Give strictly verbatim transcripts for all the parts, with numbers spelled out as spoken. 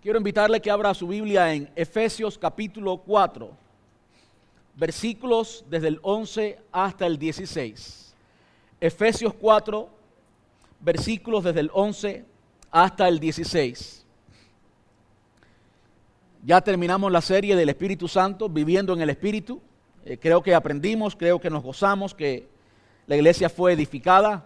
Quiero invitarle que abra su Biblia en Efesios capítulo cuatro, versículos desde el once hasta el dieciséis. Efesios cuatro, versículos desde el once hasta el dieciséis. Ya terminamos la serie del Espíritu Santo, viviendo en el Espíritu. Eh, creo que aprendimos, creo que nos gozamos, que la iglesia fue edificada.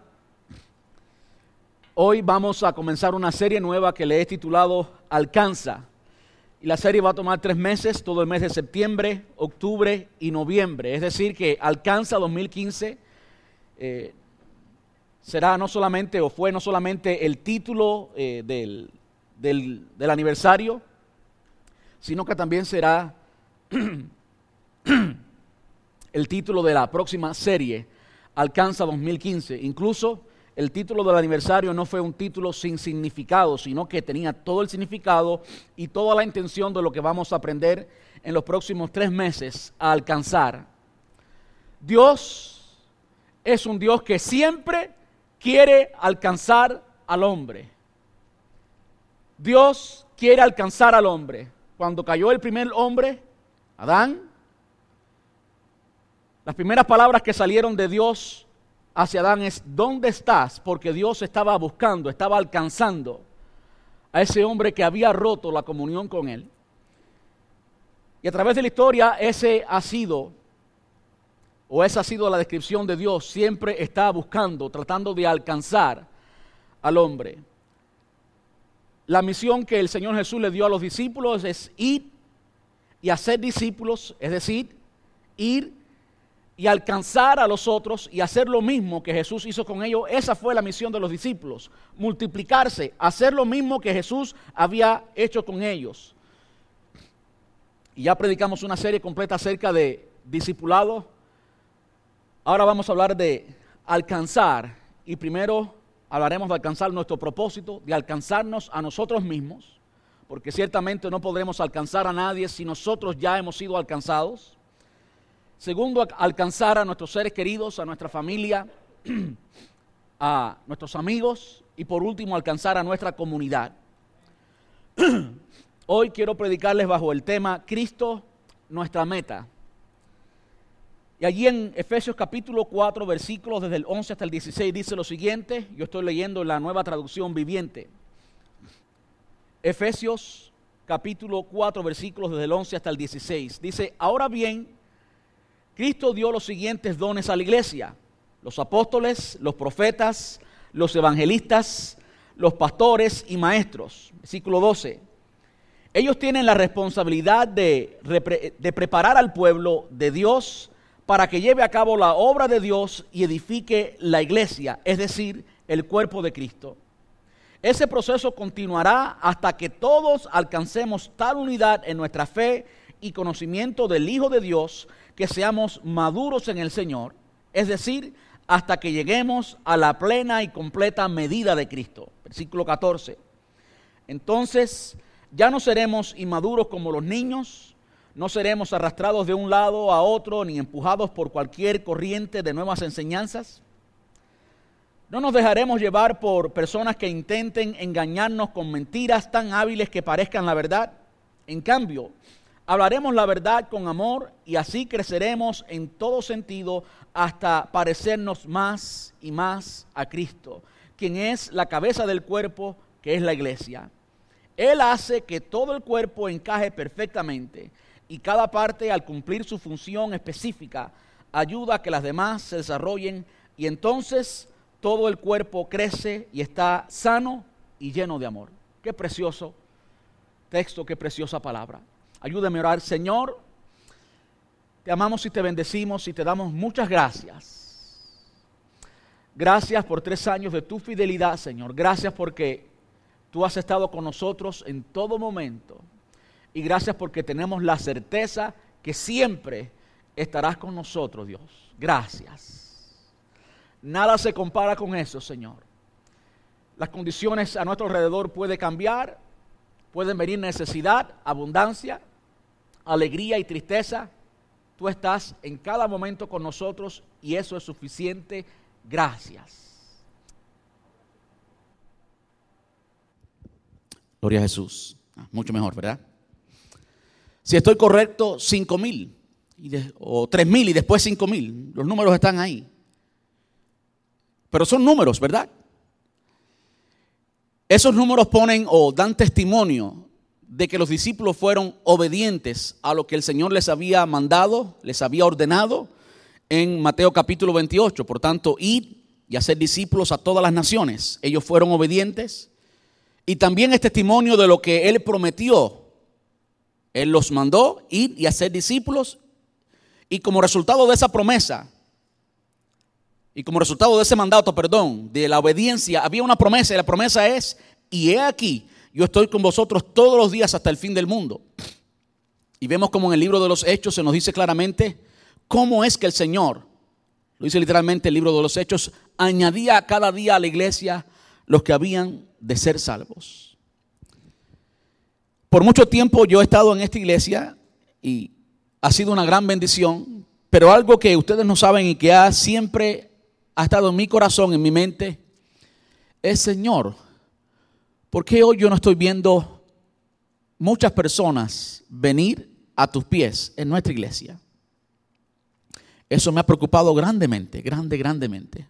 Hoy vamos a comenzar una serie nueva que le he titulado Alcanza. Y la serie va a tomar tres meses, todo el mes de septiembre, octubre y noviembre. Es decir, que Alcanza dos mil quince eh, será no solamente, o fue no solamente el título eh, del, del, del aniversario, sino que también será el título de la próxima serie, Alcanza dos mil quince. Incluso el título del aniversario no fue un título sin significado, sino que tenía todo el significado y toda la intención de lo que vamos a aprender en los próximos tres meses a alcanzar. Dios es un Dios que siempre quiere alcanzar al hombre. Dios quiere alcanzar al hombre. Cuando cayó el primer hombre, Adán, las primeras palabras que salieron de Dios hacia Adán es: ¿dónde estás? Porque Dios estaba buscando, estaba alcanzando a ese hombre que había roto la comunión con él. Y a través de la historia, ese ha sido, o esa ha sido la descripción de Dios. Siempre está buscando, tratando de alcanzar al hombre. La misión que el Señor Jesús le dio a los discípulos es ir y hacer discípulos, es decir, ir y alcanzar a los otros y hacer lo mismo que Jesús hizo con ellos. Esa fue la misión de los discípulos: multiplicarse, hacer lo mismo que Jesús había hecho con ellos. Y ya predicamos una serie completa acerca de discipulado. Ahora vamos a hablar de alcanzar, y primero hablaremos de alcanzar nuestro propósito, de alcanzarnos a nosotros mismos, porque ciertamente no podremos alcanzar a nadie si nosotros ya hemos sido alcanzados. Segundo, alcanzar a nuestros seres queridos, a nuestra familia, a nuestros amigos, y por último, alcanzar a nuestra comunidad. Hoy quiero predicarles bajo el tema Cristo, nuestra meta. Y allí en Efesios capítulo cuatro, versículos desde el once hasta el dieciséis, dice lo siguiente. Yo estoy leyendo la Nueva Traducción Viviente. Efesios capítulo cuatro, versículos desde el once hasta el dieciséis. Dice: ahora bien, Cristo dio los siguientes dones a la iglesia: los apóstoles, los profetas, los evangelistas, los pastores y maestros. Versículo doce. Ellos tienen la responsabilidad de, de preparar al pueblo de Dios para que lleve a cabo la obra de Dios y edifique la iglesia, es decir, el cuerpo de Cristo. Ese proceso continuará hasta que todos alcancemos tal unidad en nuestra fe y conocimiento del Hijo de Dios, que seamos maduros en el Señor, es decir, hasta que lleguemos a la plena y completa medida de Cristo. Versículo catorce. Entonces ya no seremos inmaduros como los niños, no seremos arrastrados de un lado a otro ni empujados por cualquier corriente de nuevas enseñanzas. No nos dejaremos llevar por personas que intenten engañarnos con mentiras tan hábiles que parezcan la verdad. En cambio, hablaremos la verdad con amor y así creceremos en todo sentido hasta parecernos más y más a Cristo, quien es la cabeza del cuerpo, que es la iglesia. Él hace que todo el cuerpo encaje perfectamente y cada parte, al cumplir su función específica, ayuda a que las demás se desarrollen, y entonces todo el cuerpo crece y está sano y lleno de amor. Qué precioso texto, qué preciosa palabra. Ayúdame a orar. Señor, te amamos y te bendecimos y te damos muchas gracias. Gracias por tres años de tu fidelidad, Señor. Gracias porque tú has estado con nosotros en todo momento. Y gracias porque tenemos la certeza que siempre estarás con nosotros, Dios. Gracias. Nada se compara con eso, Señor. Las condiciones a nuestro alrededor pueden cambiar, pueden venir necesidad, abundancia, alegría y tristeza. Tú estás en cada momento con nosotros y eso es suficiente. Gracias. Gloria a Jesús. Mucho mejor, ¿verdad? Si estoy correcto, cinco mil o tres mil y después cinco mil. Los números están ahí. Pero son números, ¿verdad? Esos números ponen o dan testimonio de que los discípulos fueron obedientes a lo que el Señor les había mandado, les había ordenado en Mateo capítulo veintiocho. Por tanto, id y hacer discípulos a todas las naciones. Ellos fueron obedientes. Y también es testimonio de lo que Él prometió. Él los mandó ir y hacer discípulos. Y como resultado de esa promesa, y como resultado de ese mandato, perdón, de la obediencia, había una promesa. Y la promesa es, y he aquí, yo estoy con vosotros todos los días hasta el fin del mundo. Y vemos como en el libro de los Hechos se nos dice claramente cómo es que el Señor, lo dice literalmente el libro de los Hechos, añadía cada día a la iglesia los que habían de ser salvos. Por mucho tiempo yo he estado en esta iglesia y ha sido una gran bendición, pero algo que ustedes no saben y que ha siempre ha estado en mi corazón, en mi mente, es: Señor, ¿por qué hoy yo no estoy viendo muchas personas venir a tus pies en nuestra iglesia? Eso me ha preocupado grandemente, grande, grandemente.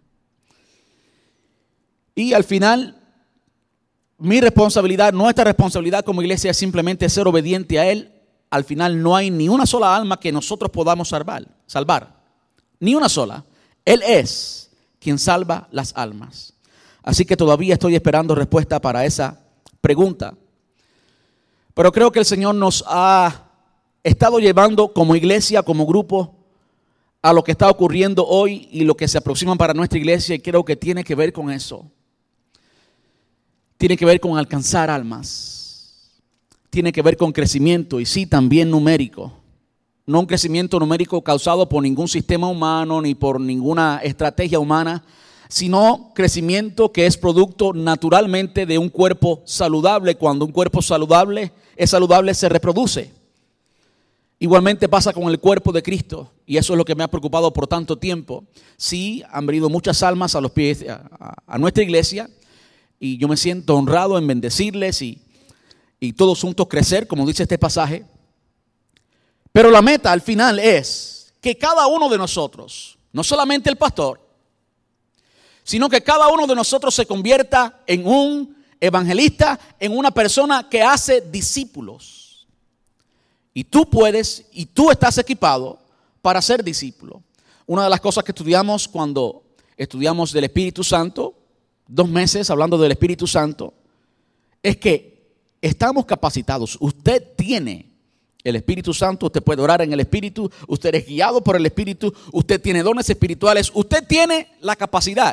Y al final, mi responsabilidad, nuestra responsabilidad como iglesia es simplemente ser obediente a Él. Al final no hay ni una sola alma que nosotros podamos salvar, salvar. Ni una sola. Él es quien salva las almas. Así que todavía estoy esperando respuesta para esa pregunta. Pero creo que el Señor nos ha estado llevando como iglesia, como grupo, a lo que está ocurriendo hoy y lo que se aproxima para nuestra iglesia, y creo que tiene que ver con eso. Tiene que ver con alcanzar almas. Tiene que ver con crecimiento, y sí, también numérico. No un crecimiento numérico causado por ningún sistema humano ni por ninguna estrategia humana, sino crecimiento que es producto naturalmente de un cuerpo saludable. Cuando un cuerpo saludable es saludable, se reproduce. Igualmente pasa con el cuerpo de Cristo, y eso es lo que me ha preocupado por tanto tiempo. Sí, han venido muchas almas a los pies a, a nuestra iglesia, y yo me siento honrado en bendecirles y, y todos juntos crecer, como dice este pasaje. Pero la meta al final es que cada uno de nosotros, no solamente el pastor, sino que cada uno de nosotros se convierta en un evangelista, en una persona que hace discípulos. Y tú puedes, y tú estás equipado para ser discípulo. Una de las cosas que estudiamos cuando estudiamos del Espíritu Santo, dos meses hablando del Espíritu Santo, es que estamos capacitados. Usted tiene el Espíritu Santo, usted puede orar en el Espíritu, usted es guiado por el Espíritu, usted tiene dones espirituales, usted tiene la capacidad.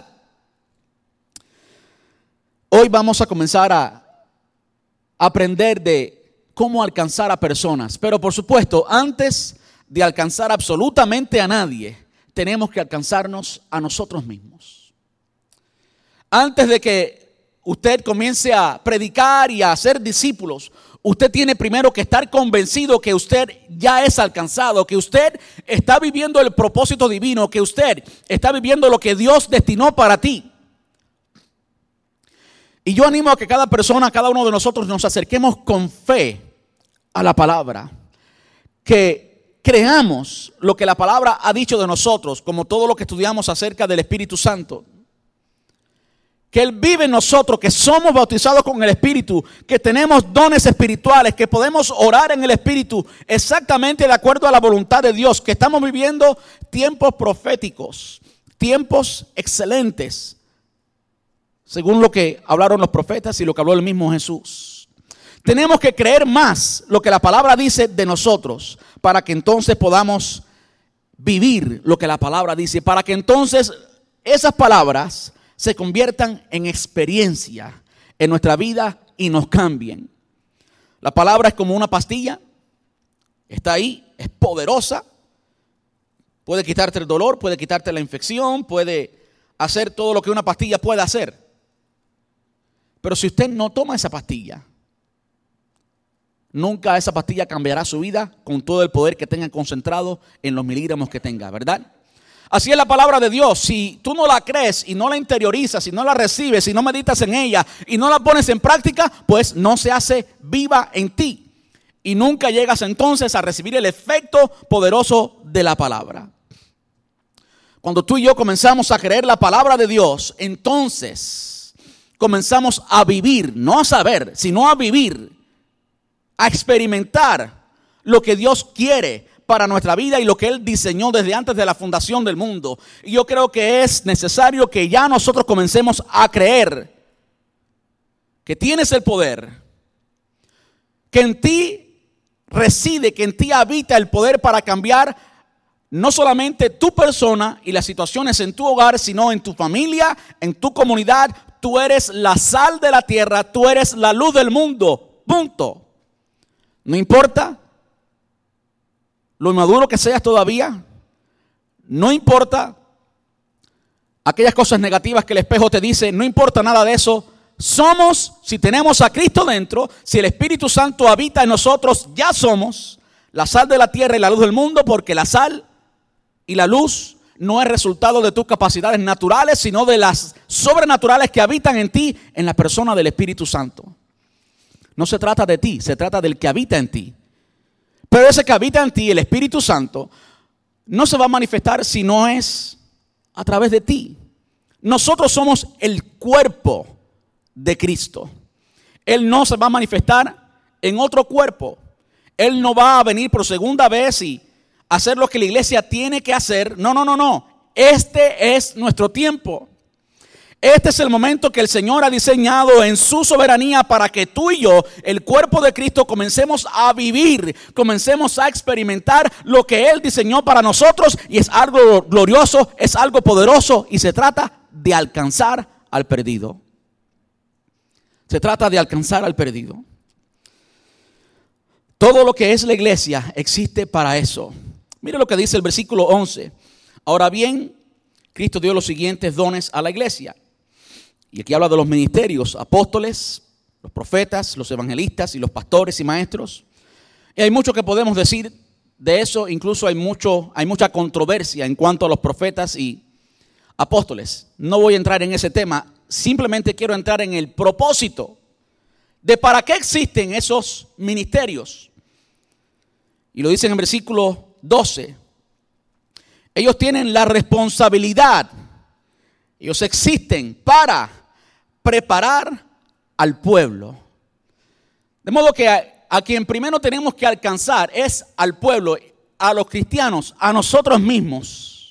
Hoy vamos a comenzar a aprender de cómo alcanzar a personas, pero por supuesto, antes de alcanzar absolutamente a nadie, tenemos que alcanzarnos a nosotros mismos. Antes de que usted comience a predicar y a hacer discípulos, usted tiene primero que estar convencido que usted ya es alcanzado, que usted está viviendo el propósito divino, que usted está viviendo lo que Dios destinó para ti. Y yo animo a que cada persona, cada uno de nosotros nos acerquemos con fe a la palabra, que creamos lo que la palabra ha dicho de nosotros, como todo lo que estudiamos acerca del Espíritu Santo. Que Él vive en nosotros, que somos bautizados con el Espíritu, que tenemos dones espirituales, que podemos orar en el Espíritu exactamente de acuerdo a la voluntad de Dios, que estamos viviendo tiempos proféticos, tiempos excelentes, según lo que hablaron los profetas y lo que habló el mismo Jesús. Tenemos que creer más lo que la palabra dice de nosotros, para que entonces podamos vivir lo que la palabra dice, para que entonces esas palabras se conviertan en experiencia en nuestra vida y nos cambien. La palabra es como una pastilla, está ahí, es poderosa, puede quitarte el dolor, puede quitarte la infección, puede hacer todo lo que una pastilla puede hacer. Pero si usted no toma esa pastilla, nunca esa pastilla cambiará su vida con todo el poder que tenga concentrado en los miligramos que tenga, ¿verdad? Así es la palabra de Dios. Si tú no la crees y no la interiorizas, si no la recibes, si no meditas en ella y no la pones en práctica, pues no se hace viva en ti. Y nunca llegas entonces a recibir el efecto poderoso de la palabra. Cuando tú y yo comenzamos a creer la palabra de Dios, entonces comenzamos a vivir, no a saber, sino a vivir, a experimentar lo que Dios quiere para nuestra vida y lo que Él diseñó desde antes de la fundación del mundo. Y yo creo que es necesario que ya nosotros comencemos a creer que tienes el poder, que en ti reside, que en ti habita el poder para cambiar no solamente tu persona y las situaciones en tu hogar, sino en tu familia, en tu comunidad. Tú eres la sal de la tierra, tú eres la luz del mundo, punto. No importa lo inmaduro que seas todavía, no importa aquellas cosas negativas que el espejo te dice, no importa nada de eso. Somos, si tenemos a Cristo dentro, si el Espíritu Santo habita en nosotros, ya somos la sal de la tierra y la luz del mundo, porque la sal y la luz no es resultado de tus capacidades naturales, sino de las sobrenaturales que habitan en ti, en la persona del Espíritu Santo. No se trata de ti, se trata del que habita en ti. Pero ese que habita en ti, el Espíritu Santo, no se va a manifestar si no es a través de ti. Nosotros somos el cuerpo de Cristo. Él no se va a manifestar en otro cuerpo. Él no va a venir por segunda vez y hacer lo que la iglesia tiene que hacer. No, no, no, no. Este es nuestro tiempo. Este es el momento que el Señor ha diseñado en su soberanía para que tú y yo, el cuerpo de Cristo, comencemos a vivir, comencemos a experimentar lo que Él diseñó para nosotros, y es algo glorioso, es algo poderoso, y se trata de alcanzar al perdido. Se trata de alcanzar al perdido. Todo lo que es la iglesia existe para eso. Mire lo que dice el versículo once. Ahora bien, Cristo dio los siguientes dones a la iglesia. Y aquí habla de los ministerios: apóstoles, los profetas, los evangelistas y los pastores y maestros. Y hay mucho que podemos decir de eso. Incluso hay mucho, hay mucha controversia en cuanto a los profetas y apóstoles. No voy a entrar en ese tema. Simplemente quiero entrar en el propósito de para qué existen esos ministerios. Y lo dice en el versículo doce. Ellos tienen la responsabilidad, ellos existen para preparar al pueblo. De modo que a, a quien primero tenemos que alcanzar es al pueblo, a los cristianos, a nosotros mismos.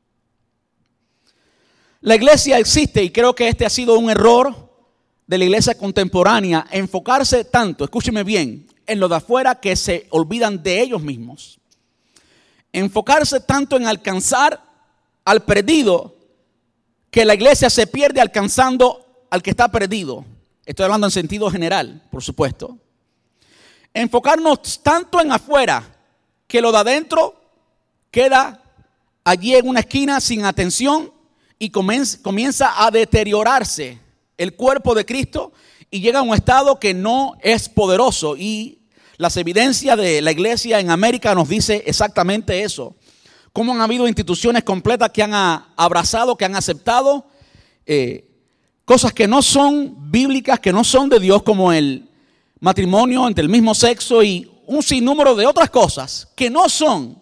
La iglesia existe, y creo que este ha sido un error de la iglesia contemporánea, enfocarse tanto, escúcheme bien, en lo de afuera, que se olvidan de ellos mismos. Enfocarse tanto en alcanzar al perdido, que la iglesia se pierde alcanzando al que está perdido. Estoy hablando en sentido general, por supuesto. Enfocarnos tanto en afuera, que lo de adentro queda allí en una esquina sin atención, y comienza, comienza a deteriorarse el cuerpo de Cristo, y llega a un estado que no es poderoso. Y las evidencias de la iglesia en América nos dice exactamente eso. Cómo han habido instituciones completas que han abrazado, que han aceptado eh, cosas que no son bíblicas, que no son de Dios, como el matrimonio entre el mismo sexo y un sinnúmero de otras cosas que no son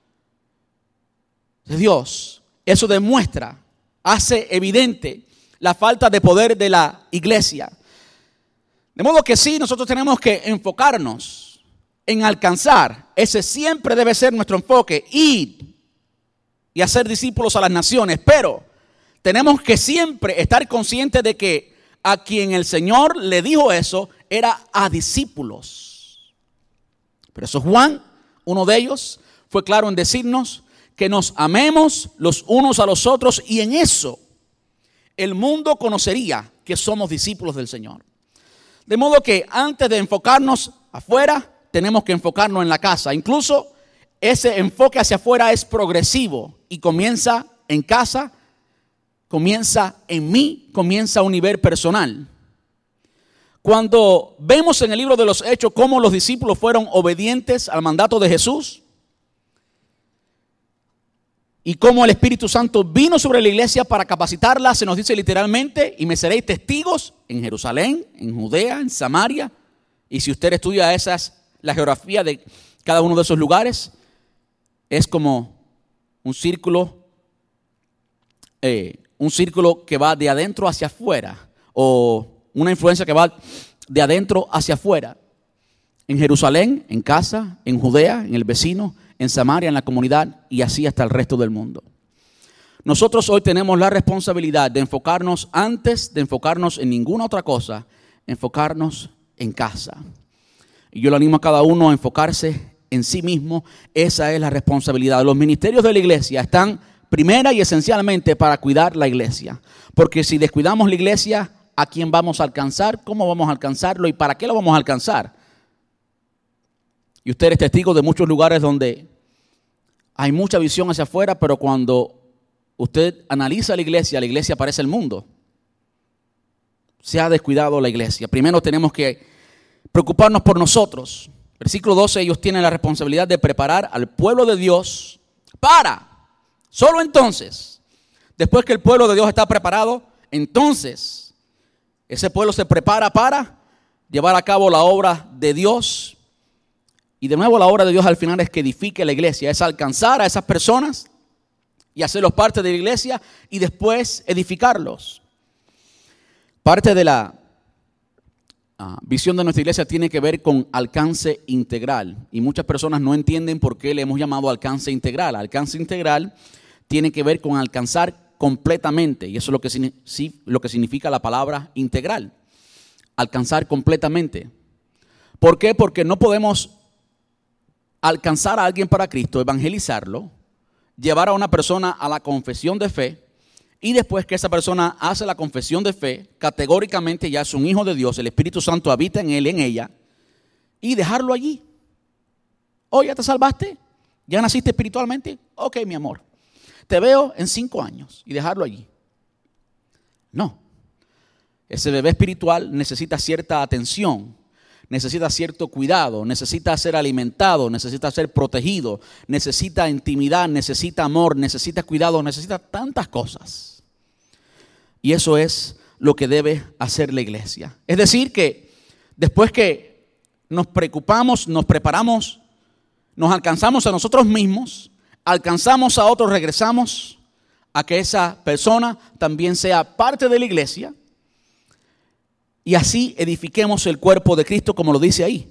de Dios. Eso demuestra, hace evidente la falta de poder de la iglesia. De modo que sí, nosotros tenemos que enfocarnos en alcanzar. Ese siempre debe ser nuestro enfoque, ir y hacer discípulos a las naciones. Pero tenemos que siempre estar conscientes de que a quien el Señor le dijo eso era a discípulos. Por eso Juan, uno de ellos, fue claro en decirnos que nos amemos los unos a los otros, y en eso el mundo conocería que somos discípulos del Señor. De modo que antes de enfocarnos afuera, tenemos que enfocarnos en la casa. Incluso ese enfoque hacia afuera es progresivo y comienza en casa, comienza en mí, comienza a un nivel personal. Cuando vemos en el libro de los Hechos cómo los discípulos fueron obedientes al mandato de Jesús, y cómo el Espíritu Santo vino sobre la iglesia para capacitarla, se nos dice literalmente, y me seréis testigos en Jerusalén, en Judea, en Samaria. Y si usted estudia esas, la geografía de cada uno de esos lugares, es como un círculo, eh, un círculo que va de adentro hacia afuera, o una influencia que va de adentro hacia afuera. En Jerusalén, en casa, en Judea, en el vecino, en Samaria, en la comunidad y así hasta el resto del mundo. Nosotros hoy tenemos la responsabilidad de enfocarnos, antes de enfocarnos en ninguna otra cosa, enfocarnos en casa. Y yo le animo a cada uno a enfocarse en sí mismo. Esa es la responsabilidad. Los ministerios de la iglesia están primera y esencialmente para cuidar la iglesia. Porque si descuidamos la iglesia, ¿a quién vamos a alcanzar? ¿Cómo vamos a alcanzarlo? ¿Y para qué lo vamos a alcanzar? Y usted es testigo de muchos lugares donde hay mucha visión hacia afuera, pero cuando usted analiza la iglesia, la iglesia parece el mundo. Se ha descuidado la iglesia. Primero tenemos que preocuparnos por nosotros. Versículo doce, ellos tienen la responsabilidad de preparar al pueblo de Dios para, solo entonces, después que el pueblo de Dios está preparado, entonces ese pueblo se prepara para llevar a cabo la obra de Dios. Y de nuevo la obra de Dios al final es que edifique la iglesia, es alcanzar a esas personas y hacerlos parte de la iglesia y después edificarlos. Parte de la uh, visión de nuestra iglesia tiene que ver con alcance integral. Y muchas personas no entienden por qué le hemos llamado alcance integral. Alcance integral tiene que ver con alcanzar completamente. Y eso es lo que, sí, lo que significa la palabra integral. Alcanzar completamente. ¿Por qué? Porque no podemos alcanzar a alguien para Cristo, evangelizarlo, llevar a una persona a la confesión de fe y después que esa persona hace la confesión de fe, categóricamente ya es un hijo de Dios, el Espíritu Santo habita en él, en ella, y dejarlo allí. Oh, ¿ya te salvaste? ¿Ya naciste espiritualmente? Ok, mi amor, te veo en cinco años y dejarlo allí. No, ese bebé espiritual necesita cierta atención, necesita cierto cuidado, necesita ser alimentado, necesita ser protegido, necesita intimidad, necesita amor, necesita cuidado, necesita tantas cosas. Y eso es lo que debe hacer la iglesia. Es decir que después que nos preocupamos, nos preparamos, nos alcanzamos a nosotros mismos, alcanzamos a otros, regresamos a que esa persona también sea parte de la iglesia. Y así edifiquemos el cuerpo de Cristo como lo dice ahí.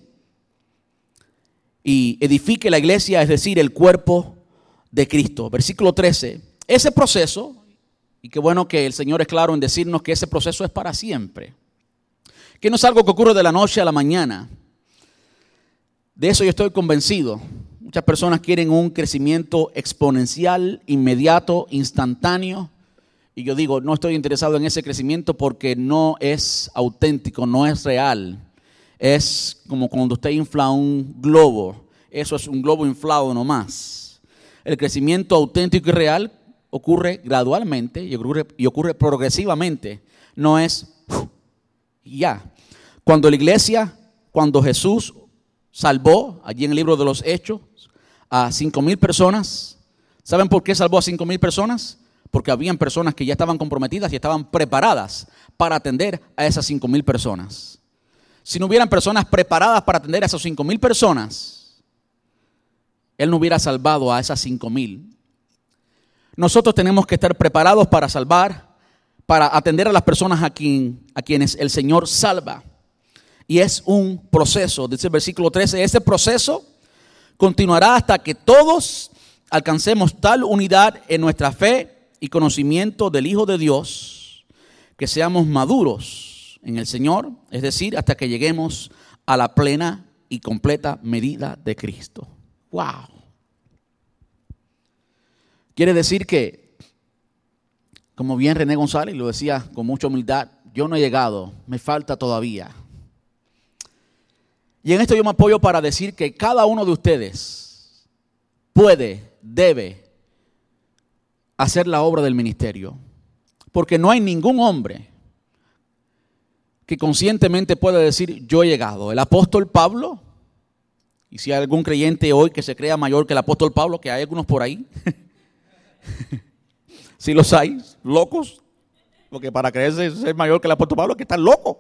Y edifique la iglesia, es decir, el cuerpo de Cristo. Versículo trece. Ese proceso, y qué bueno que el Señor es claro en decirnos que ese proceso es para siempre. Que no es algo que ocurre de la noche a la mañana. De eso yo estoy convencido. Muchas personas quieren un crecimiento exponencial, inmediato, instantáneo. Y yo digo, no estoy interesado en ese crecimiento porque no es auténtico, no es real. Es como cuando usted infla un globo. Eso es un globo inflado nomás. El crecimiento auténtico y real ocurre gradualmente y ocurre, y ocurre progresivamente. No es ¡uf! Ya. Cuando la iglesia, cuando Jesús salvó, allí en el libro de los Hechos, a cinco mil personas. ¿Saben por qué salvó a cinco mil personas? Porque habían personas que ya estaban comprometidas y estaban preparadas para atender a esas cinco mil personas. Si no hubieran personas preparadas para atender a esas cinco mil personas, Él no hubiera salvado a esas cinco mil. Nosotros tenemos que estar preparados para salvar, para atender a las personas a, quien, a quienes el Señor salva. Y es un proceso, dice el versículo trece, ese proceso continuará hasta que todos alcancemos tal unidad en nuestra fe y conocimiento del Hijo de Dios, que seamos maduros en el Señor, es decir, hasta que lleguemos a la plena y completa medida de Cristo. ¡Wow! Quiere decir que, como bien René González lo decía con mucha humildad, yo no he llegado, me falta todavía. Y en esto yo me apoyo para decir que cada uno de ustedes puede, debe hacer la obra del ministerio. Porque no hay ningún hombre que conscientemente pueda decir, yo he llegado. El apóstol Pablo, y si hay algún creyente hoy que se crea mayor que el apóstol Pablo, que hay algunos por ahí, Sí los hay, locos, porque para creerse ser mayor que el apóstol Pablo hay que estar loco.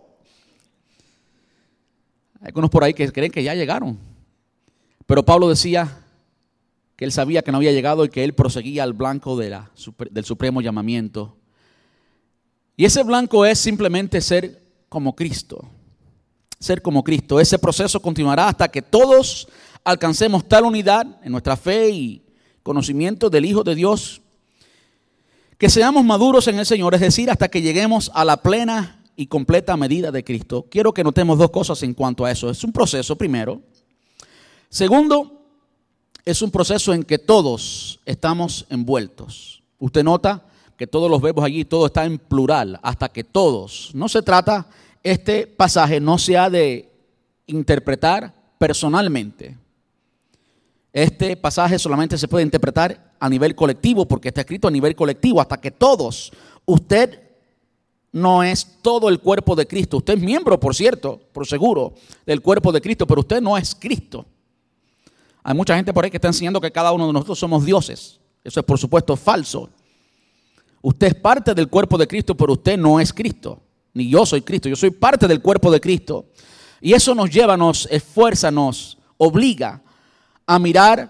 Hay algunos por ahí que creen que ya llegaron. Pero Pablo decía que él sabía que no había llegado y que él proseguía al blanco de la, del supremo llamamiento. Y ese blanco es simplemente ser como Cristo. Ser como Cristo. Ese proceso continuará hasta que todos alcancemos tal unidad en nuestra fe y conocimiento del Hijo de Dios, que seamos maduros en el Señor, es decir, hasta que lleguemos a la plena y completa medida de Cristo. Quiero que notemos dos cosas en cuanto a eso. Es un proceso, primero. Segundo, es un proceso en que todos estamos envueltos. Usted nota que todos los verbos allí, todo está en plural, hasta que todos. No se trata, este pasaje no se ha de interpretar personalmente. Este pasaje solamente se puede interpretar a nivel colectivo, porque está escrito a nivel colectivo, hasta que todos. Usted no es todo el cuerpo de Cristo. Usted es miembro, por cierto, por seguro, del cuerpo de Cristo, pero usted no es Cristo. Hay mucha gente por ahí que está enseñando que cada uno de nosotros somos dioses. Eso es, por supuesto, falso. Usted es parte del cuerpo de Cristo, pero usted no es Cristo. Ni yo soy Cristo, yo soy parte del cuerpo de Cristo. Y eso nos lleva, nos esfuerza, nos obliga a mirar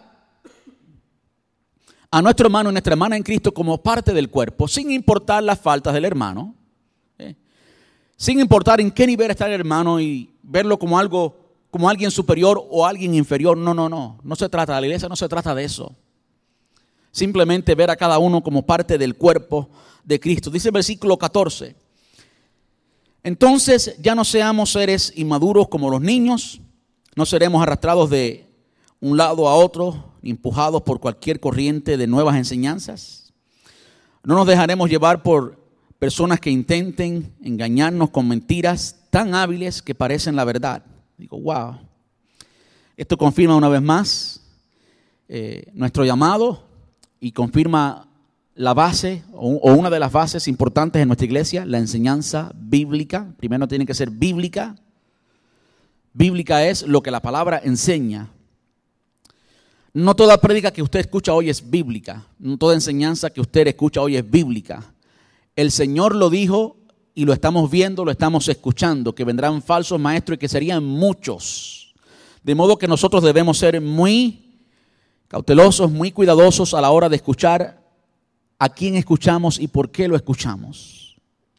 a nuestro hermano y nuestra hermana en Cristo como parte del cuerpo, sin importar las faltas del hermano, ¿eh? Sin importar en qué nivel está el hermano y verlo como algo, como alguien superior o alguien inferior. No, no, no, no se trata, la iglesia no se trata de eso. Simplemente ver a cada uno como parte del cuerpo de Cristo. Dice el versículo catorce. Entonces ya no seamos seres inmaduros como los niños, no seremos arrastrados de un lado a otro, empujados por cualquier corriente de nuevas enseñanzas. No nos dejaremos llevar por personas que intenten engañarnos con mentiras tan hábiles que parecen la verdad. Digo, wow. Esto confirma una vez más eh, nuestro llamado y confirma la base o, o una de las bases importantes en nuestra iglesia, la enseñanza bíblica. Primero tiene que ser bíblica. Bíblica es lo que la palabra enseña. No toda prédica que usted escucha hoy es bíblica. No toda enseñanza que usted escucha hoy es bíblica. El Señor lo dijo y lo estamos viendo, lo estamos escuchando, que vendrán falsos maestros y que serían muchos. De modo que nosotros debemos ser muy cautelosos, muy cuidadosos a la hora de escuchar a quién escuchamos y por qué lo escuchamos.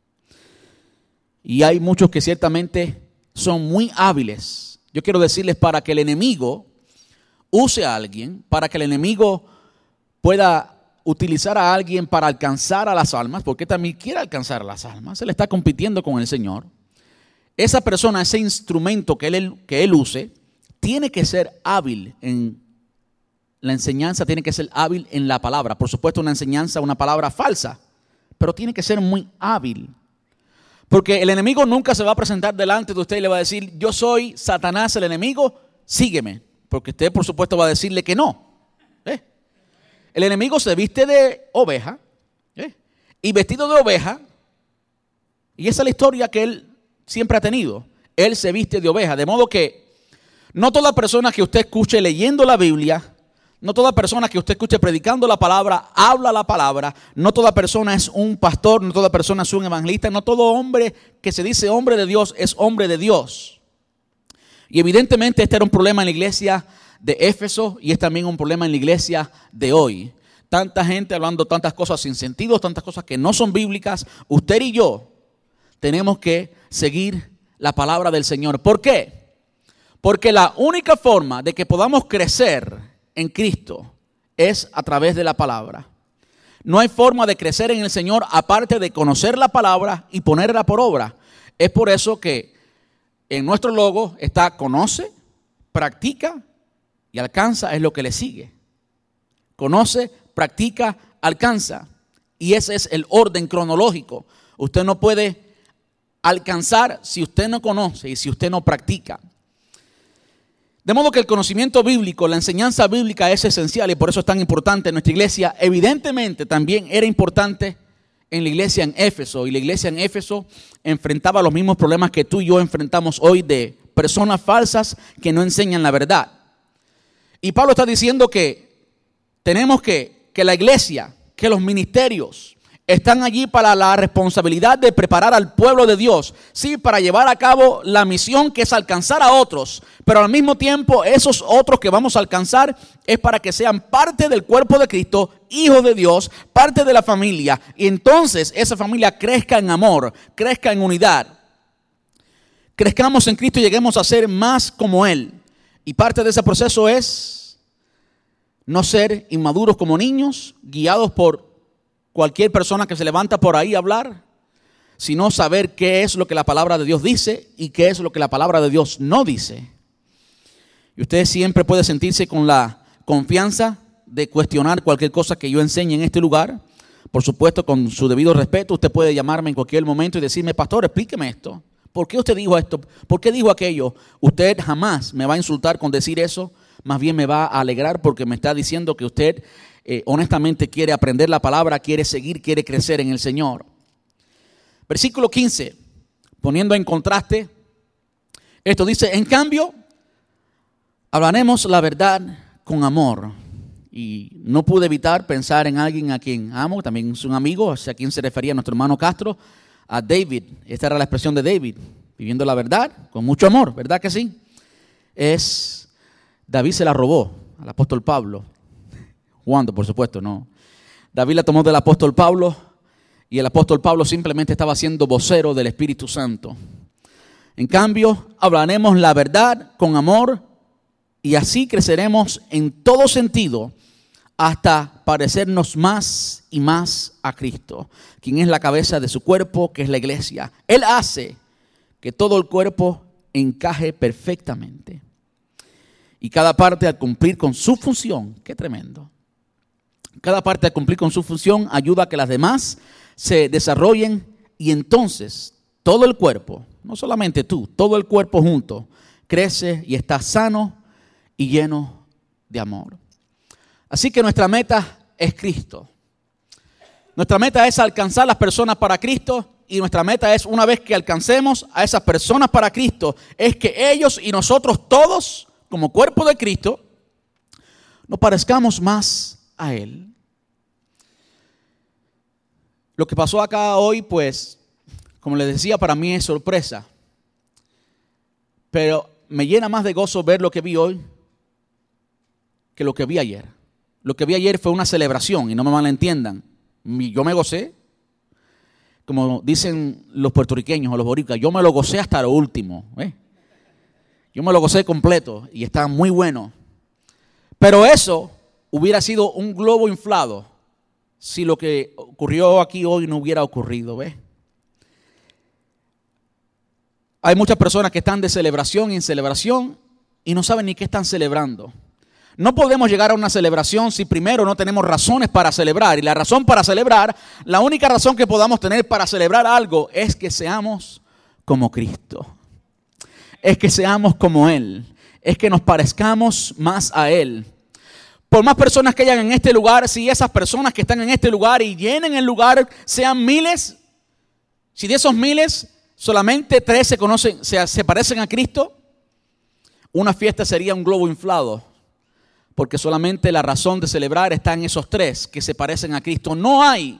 Y hay muchos que ciertamente son muy hábiles. Yo quiero decirles, para que el enemigo use a alguien, para que el enemigo pueda utilizar a alguien para alcanzar a las almas, porque también quiere alcanzar a las almas, él está compitiendo con el Señor. Esa persona, ese instrumento que él, que él use, tiene que ser hábil en la enseñanza, tiene que ser hábil en la palabra. Por supuesto, una enseñanza, una palabra falsa, pero tiene que ser muy hábil. Porque el enemigo nunca se va a presentar delante de usted y le va a decir, yo soy Satanás el enemigo, sígueme. Porque usted, por supuesto, va a decirle que no. ¿Eh? El enemigo se viste de oveja, ¿eh? Y vestido de oveja, y esa es la historia que él siempre ha tenido. Él se viste de oveja, de modo que no toda persona que usted escuche leyendo la Biblia, no toda persona que usted escuche predicando la palabra, habla la palabra, no toda persona es un pastor, no toda persona es un evangelista, no todo hombre que se dice hombre de Dios es hombre de Dios. Y evidentemente este era un problema en la iglesia de Éfeso y es también un problema en la iglesia de hoy. Tanta gente hablando tantas cosas sin sentido, tantas cosas que no son bíblicas. Usted y yo tenemos que seguir la palabra del Señor. ¿Por qué? Porque la única forma de que podamos crecer en Cristo es a través de la palabra. No hay forma de crecer en el Señor aparte de conocer la palabra y ponerla por obra. Es por eso que en nuestro logo está conoce, practica y alcanza, es lo que le sigue. Conoce, practica, alcanza. Y ese es el orden cronológico. Usted no puede alcanzar si usted no conoce y si usted no practica. De modo que el conocimiento bíblico, la enseñanza bíblica es esencial y por eso es tan importante en nuestra iglesia. Evidentemente también era importante en la iglesia en Éfeso, y la iglesia en Éfeso enfrentaba los mismos problemas que tú y yo enfrentamos hoy, de personas falsas que no enseñan la verdad. Y Pablo está diciendo que tenemos que, que la iglesia que los ministerios están allí para la responsabilidad de preparar al pueblo de Dios, sí, para llevar a cabo la misión que es alcanzar a otros, pero al mismo tiempo esos otros que vamos a alcanzar es para que sean parte del cuerpo de Cristo, hijos de Dios, parte de la familia, y entonces esa familia crezca en amor, crezca en unidad. Crezcamos en Cristo y lleguemos a ser más como Él. Y parte de ese proceso es no ser inmaduros como niños, guiados por cualquier persona que se levanta por ahí a hablar, sino saber qué es lo que la palabra de Dios dice y qué es lo que la palabra de Dios no dice. Y usted siempre puede sentirse con la confianza de cuestionar cualquier cosa que yo enseñe en este lugar. Por supuesto, con su debido respeto, usted puede llamarme en cualquier momento y decirme: pastor, explíqueme esto. ¿Por qué usted dijo esto? ¿Por qué dijo aquello? Usted jamás me va a insultar con decir eso. Más bien me va a alegrar porque me está diciendo que usted Eh, honestamente quiere aprender la palabra, quiere seguir, quiere crecer en el Señor. Versículo quince, poniendo en contraste, esto dice: en cambio, hablaremos la verdad con amor. Y no pude evitar pensar en alguien a quien amo, también es un amigo, a quien se refería nuestro hermano Castro, a David. Esta era la expresión de David, viviendo la verdad con mucho amor, ¿verdad que sí? Es, David se la robó al apóstol Pablo. Jugando, por supuesto, no. David la tomó del apóstol Pablo y el apóstol Pablo simplemente estaba siendo vocero del Espíritu Santo. En cambio, hablaremos la verdad con amor y así creceremos en todo sentido hasta parecernos más y más a Cristo, quien es la cabeza de su cuerpo, que es la iglesia. Él hace que todo el cuerpo encaje perfectamente. Y cada parte al cumplir con su función, qué tremendo. Cada parte al cumplir con su función ayuda a que las demás se desarrollen y entonces todo el cuerpo, no solamente tú, todo el cuerpo junto, crece y está sano y lleno de amor. Así que nuestra meta es Cristo. Nuestra meta es alcanzar las personas para Cristo y nuestra meta es, una vez que alcancemos a esas personas para Cristo, es que ellos y nosotros todos, como cuerpo de Cristo, nos parezcamos más a Él. Lo que pasó acá hoy, pues, como les decía, para mí es sorpresa. Pero me llena más de gozo ver lo que vi hoy que lo que vi ayer. Lo que vi ayer fue una celebración, y no me malentiendan. Yo me gocé, como dicen los puertorriqueños o los boricuas, yo me lo gocé hasta lo último. ¿eh? Yo me lo gocé completo y está muy bueno. Pero eso hubiera sido un globo inflado si lo que ocurrió aquí hoy no hubiera ocurrido, ¿ves? Hay muchas personas que están de celebración en celebración y no saben ni qué están celebrando. No podemos llegar a una celebración si primero no tenemos razones para celebrar. Y la razón para celebrar, la única razón que podamos tener para celebrar algo es que seamos como Cristo. Es que seamos como Él. Es que nos parezcamos más a Él. Por más personas que hayan en este lugar, si esas personas que están en este lugar y llenen el lugar sean miles, si de esos miles solamente tres se conocen, se, se parecen a Cristo, una fiesta sería un globo inflado, porque solamente la razón de celebrar está en esos tres que se parecen a Cristo. No hay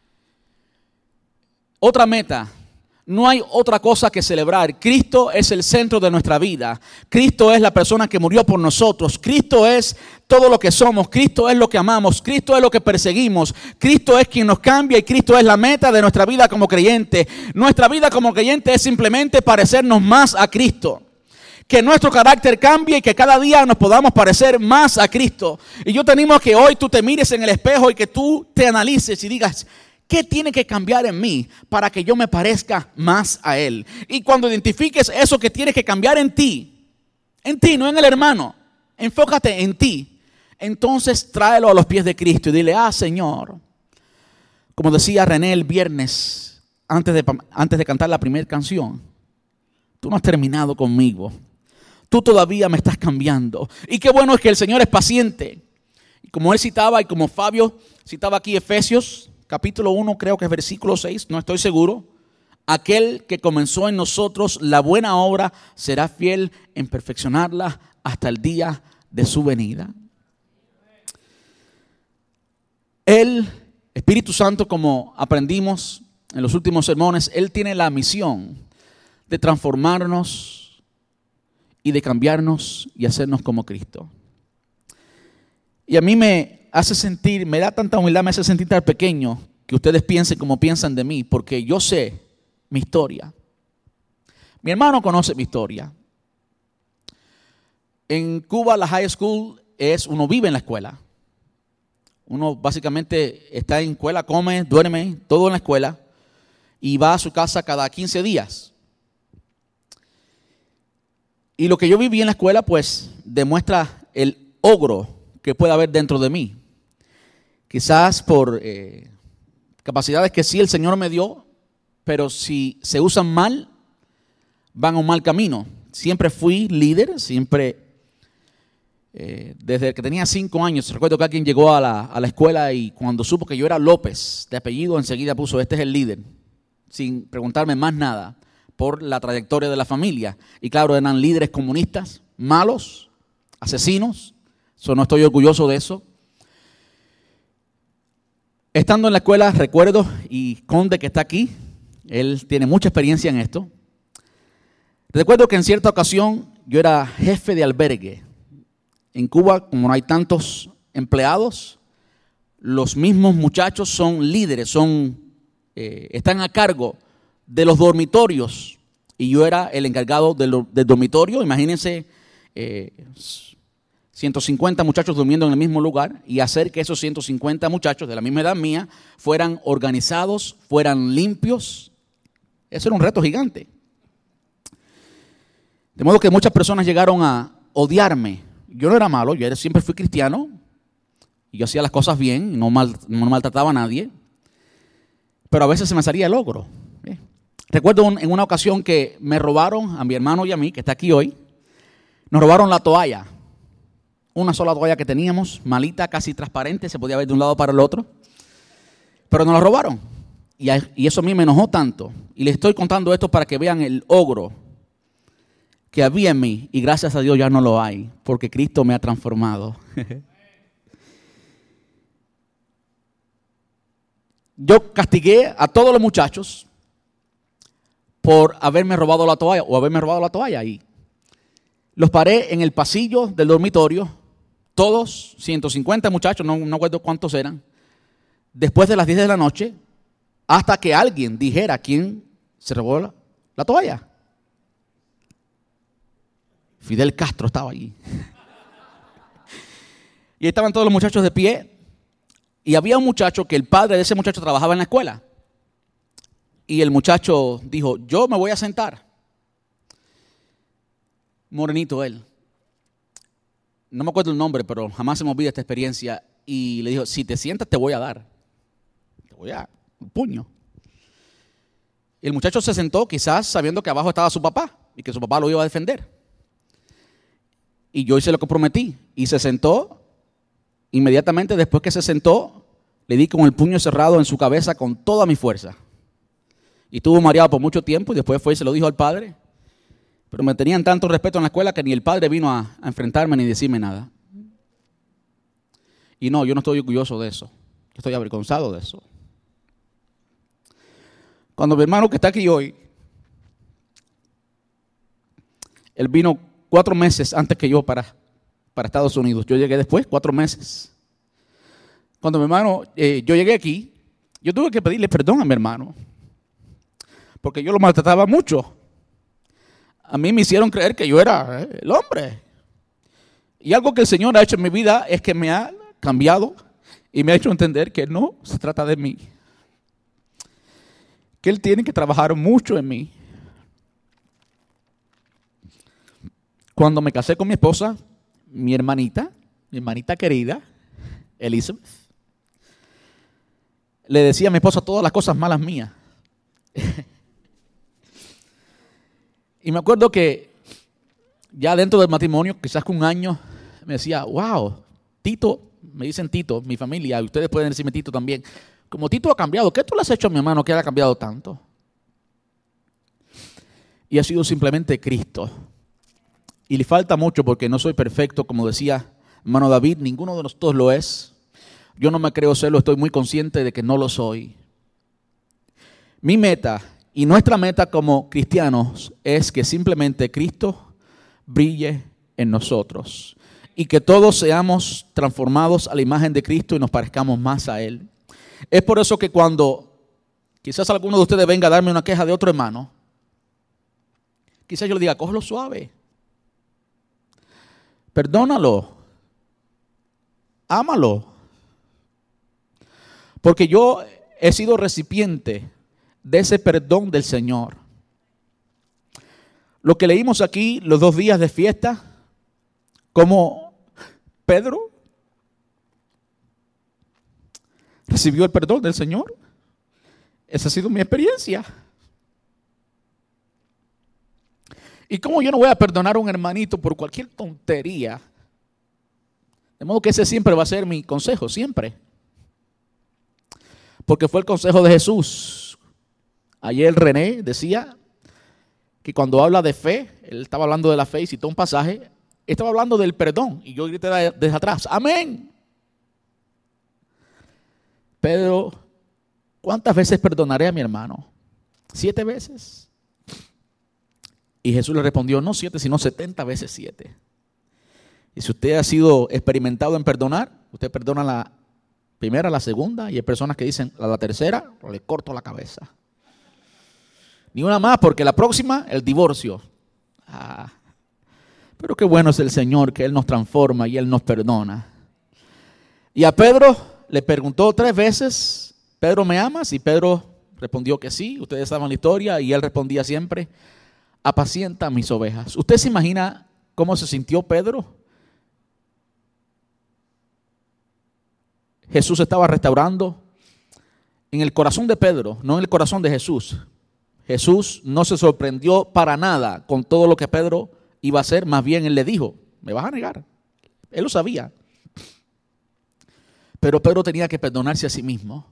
otra meta. No hay otra cosa que celebrar. Cristo es el centro de nuestra vida. Cristo es la persona que murió por nosotros. Cristo es todo lo que somos. Cristo es lo que amamos. Cristo es lo que perseguimos. Cristo es quien nos cambia y Cristo es la meta de nuestra vida como creyente. Nuestra vida como creyente es simplemente parecernos más a Cristo. Que nuestro carácter cambie y que cada día nos podamos parecer más a Cristo. Y yo te animo a que hoy tú te mires en el espejo y que tú te analices y digas: ¿qué tiene que cambiar en mí para que yo me parezca más a Él? Y cuando identifiques eso que tiene que cambiar en ti, en ti, no en el hermano, enfócate en ti. Entonces tráelo a los pies de Cristo y dile: ah, Señor, como decía René el viernes, antes de, antes de cantar la primera canción, tú no has terminado conmigo. Tú todavía me estás cambiando. Y qué bueno es que el Señor es paciente. Y como él citaba y como Fabio citaba aquí Efesios, capítulo uno, creo que es versículo seis, no estoy seguro. Aquel que comenzó en nosotros la buena obra será fiel en perfeccionarla hasta el día de su venida. Él Espíritu Santo, como aprendimos en los últimos sermones, Él tiene la misión de transformarnos y de cambiarnos y hacernos como Cristo. Y a mí me hace sentir, me da tanta humildad, me hace sentir tan pequeño que ustedes piensen como piensan de mí, porque yo sé mi historia. Mi hermano conoce mi historia. En Cuba la high school es, uno vive en la escuela. Uno básicamente está en escuela, come, duerme, todo en la escuela y va a su casa cada quince días. Y lo que yo viví en la escuela pues demuestra el ogro que puede haber dentro de mí. Quizás por eh, capacidades que sí el Señor me dio, pero si se usan mal, van a un mal camino. Siempre fui líder, siempre, eh, desde que tenía cinco años, recuerdo que alguien llegó a la, a la escuela y cuando supo que yo era López, de apellido, enseguida puso, este es el líder, sin preguntarme más nada, por la trayectoria de la familia. Y claro, eran líderes comunistas, malos, asesinos, so, no estoy orgulloso de eso. Estando en la escuela, recuerdo, y Conde que está aquí, él tiene mucha experiencia en esto. Recuerdo que en cierta ocasión yo era jefe de albergue. En Cuba, como no hay tantos empleados, los mismos muchachos son líderes, son, eh, están a cargo de los dormitorios. Y yo era el encargado del, del dormitorio. Imagínense, eh, ciento cincuenta muchachos durmiendo en el mismo lugar y hacer que esos ciento cincuenta muchachos de la misma edad mía fueran organizados, fueran limpios. Eso era un reto gigante. De modo que muchas personas llegaron a odiarme. Yo no era malo, yo siempre fui cristiano y yo hacía las cosas bien, no, mal, no maltrataba a nadie, pero a veces se me salía el ogro. ¿eh? Recuerdo un, en una ocasión que me robaron a mi hermano y a mí, que está aquí hoy, nos robaron la toalla. Una sola toalla que teníamos, malita, casi transparente, se podía ver de un lado para el otro. Pero nos la robaron. Y, a, y eso a mí me enojó tanto. Y les estoy contando esto para que vean el ogro que había en mí. Y gracias a Dios ya no lo hay, porque Cristo me ha transformado. Yo castigué a todos los muchachos por haberme robado la toalla o haberme robado la toalla. Y los paré en el pasillo del dormitorio. Todos, ciento cincuenta muchachos, no, no acuerdo cuántos eran, después de las diez de la noche, hasta que alguien dijera quién se robó la, la toalla. Fidel Castro estaba allí. Y ahí estaban todos los muchachos de pie. Y había un muchacho que el padre de ese muchacho trabajaba en la escuela. Y el muchacho dijo, yo me voy a sentar. Morenito él. No me acuerdo el nombre, pero jamás se me olvida esta experiencia. Y le dijo, si te sientas te voy a dar. Te voy a dar un puño. Y el muchacho se sentó quizás sabiendo que abajo estaba su papá y que su papá lo iba a defender. Y yo hice lo que prometí. Y se sentó. Inmediatamente después que se sentó, le di con el puño cerrado en su cabeza con toda mi fuerza. Y estuvo mareado por mucho tiempo y después fue y se lo dijo al padre. Pero me tenían tanto respeto en la escuela que ni el padre vino a, a enfrentarme ni decirme nada. Y no, yo no estoy orgulloso de eso. Yo estoy avergonzado de eso. Cuando mi hermano que está aquí hoy, él vino cuatro meses antes que yo para, para Estados Unidos. Yo llegué después, cuatro meses. Cuando mi hermano, eh, yo llegué aquí, yo tuve que pedirle perdón a mi hermano. Porque yo lo maltrataba mucho. A mí me hicieron creer que yo era el hombre. Y algo que el Señor ha hecho en mi vida es que me ha cambiado y me ha hecho entender que no se trata de mí. Que Él tiene que trabajar mucho en mí. Cuando me casé con mi esposa, mi hermanita, mi hermanita querida, Elizabeth, le decía a mi esposa todas las cosas malas mías. Y me acuerdo que ya dentro del matrimonio, quizás con un año, me decía, wow, Tito, me dicen Tito, mi familia, y ustedes pueden decirme Tito también. Como Tito ha cambiado, ¿qué tú le has hecho a mi hermano que haya cambiado tanto? Y ha sido simplemente Cristo. Y le falta mucho porque no soy perfecto, como decía hermano David, ninguno de nosotros lo es. Yo no me creo serlo, estoy muy consciente de que no lo soy. Mi meta y nuestra meta como cristianos es que simplemente Cristo brille en nosotros y que todos seamos transformados a la imagen de Cristo y nos parezcamos más a Él. Es por eso que cuando quizás alguno de ustedes venga a darme una queja de otro hermano, quizás yo le diga, cógelo suave, perdónalo, ámalo, porque yo he sido recipiente de ese perdón del Señor. Lo que leímos aquí, los dos días de fiesta, como Pedro recibió el perdón del Señor. Esa ha sido mi experiencia. Y como yo no voy a perdonar a un hermanito por cualquier tontería, de modo que ese siempre va a ser mi consejo, siempre. Porque fue el consejo de Jesús. Ayer René decía que cuando habla de fe, él estaba hablando de la fe y citó un pasaje, estaba hablando del perdón. Y yo grité desde atrás, amén. Pedro, ¿cuántas veces perdonaré a mi hermano? ¿Siete veces? Y Jesús le respondió, no siete, sino setenta veces siete. Y si usted ha sido experimentado en perdonar, usted perdona la primera, la segunda, y hay personas que dicen, a la tercera, le corto la cabeza. Ni una más, porque la próxima, el divorcio. Ah, pero qué bueno es el Señor, que Él nos transforma y Él nos perdona. Y a Pedro le preguntó tres veces, Pedro, ¿me amas? Y Pedro respondió que sí. Ustedes saben la historia y él respondía siempre, apacienta mis ovejas. ¿Usted se imagina cómo se sintió Pedro? Jesús estaba restaurando en el corazón de Pedro, no en el corazón de Jesús. Jesús no se sorprendió para nada con todo lo que Pedro iba a hacer, más bien él le dijo, me vas a negar. Él lo sabía. Pero Pedro tenía que perdonarse a sí mismo.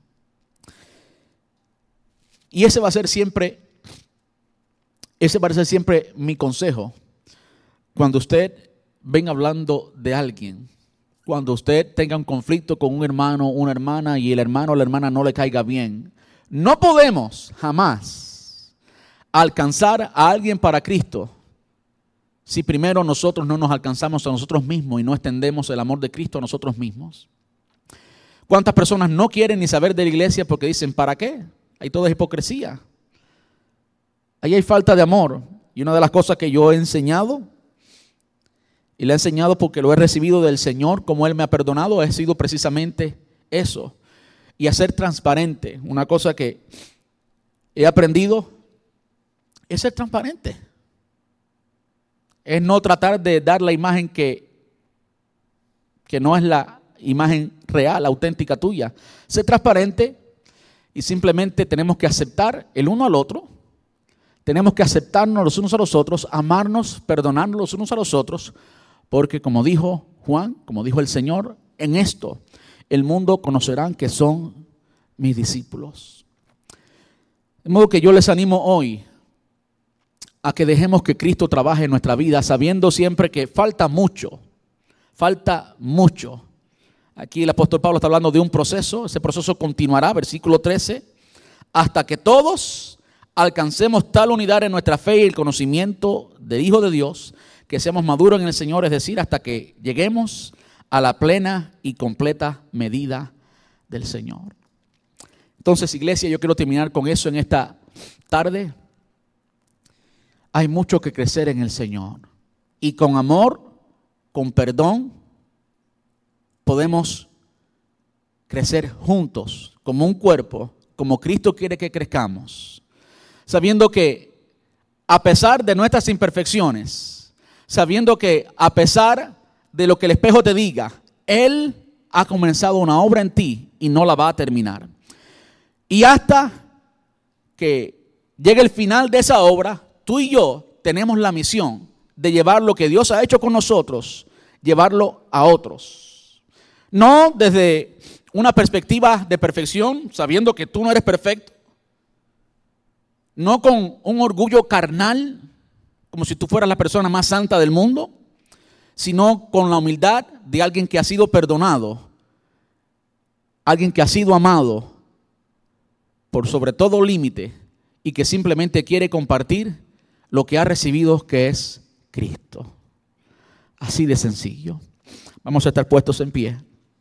Y ese va a ser siempre, ese va a ser siempre mi consejo. Cuando usted venga hablando de alguien, cuando usted tenga un conflicto con un hermano, una hermana, y el hermano o la hermana no le caiga bien, no podemos jamás alcanzar a alguien para Cristo si primero nosotros no nos alcanzamos a nosotros mismos y no extendemos el amor de Cristo a nosotros mismos. ¿Cuántas personas no quieren ni saber de la iglesia porque dicen, ¿para qué? Hay toda hipocresía. Ahí hay falta de amor. Y una de las cosas que yo he enseñado, y le he enseñado porque lo he recibido del Señor, como Él me ha perdonado, ha sido precisamente eso. Y a ser transparente. Una cosa que he aprendido es ser transparente. Es no tratar de dar la imagen que, que no es la imagen real, auténtica tuya. Ser transparente y simplemente tenemos que aceptar el uno al otro. Tenemos que aceptarnos los unos a los otros, amarnos, perdonarnos los unos a los otros, porque como dijo Juan, como dijo el Señor, en esto el mundo conocerán que son mis discípulos. De modo que yo les animo hoy a que dejemos que Cristo trabaje en nuestra vida, sabiendo siempre que falta mucho, falta mucho. Aquí el apóstol Pablo está hablando de un proceso, ese proceso continuará, versículo trece, hasta que todos alcancemos tal unidad en nuestra fe y el conocimiento del Hijo de Dios, que seamos maduros en el Señor, es decir, hasta que lleguemos a la plena y completa medida del Señor. Entonces, iglesia, yo quiero terminar con eso en esta tarde. Hay mucho que crecer en el Señor. Y con amor, con perdón, podemos crecer juntos, como un cuerpo, como Cristo quiere que crezcamos. Sabiendo que a pesar de nuestras imperfecciones, sabiendo que a pesar de lo que el espejo te diga, Él ha comenzado una obra en ti y no la va a terminar. Y hasta que llegue el final de esa obra, tú y yo tenemos la misión de llevar lo que Dios ha hecho con nosotros, llevarlo a otros. No desde una perspectiva de perfección, sabiendo que tú no eres perfecto. No con un orgullo carnal, como si tú fueras la persona más santa del mundo, sino con la humildad de alguien que ha sido perdonado alguien que ha sido amado por sobre todo límite y que simplemente quiere compartir lo que ha recibido, que es Cristo. Así de sencillo. Vamos a estar puestos en pie.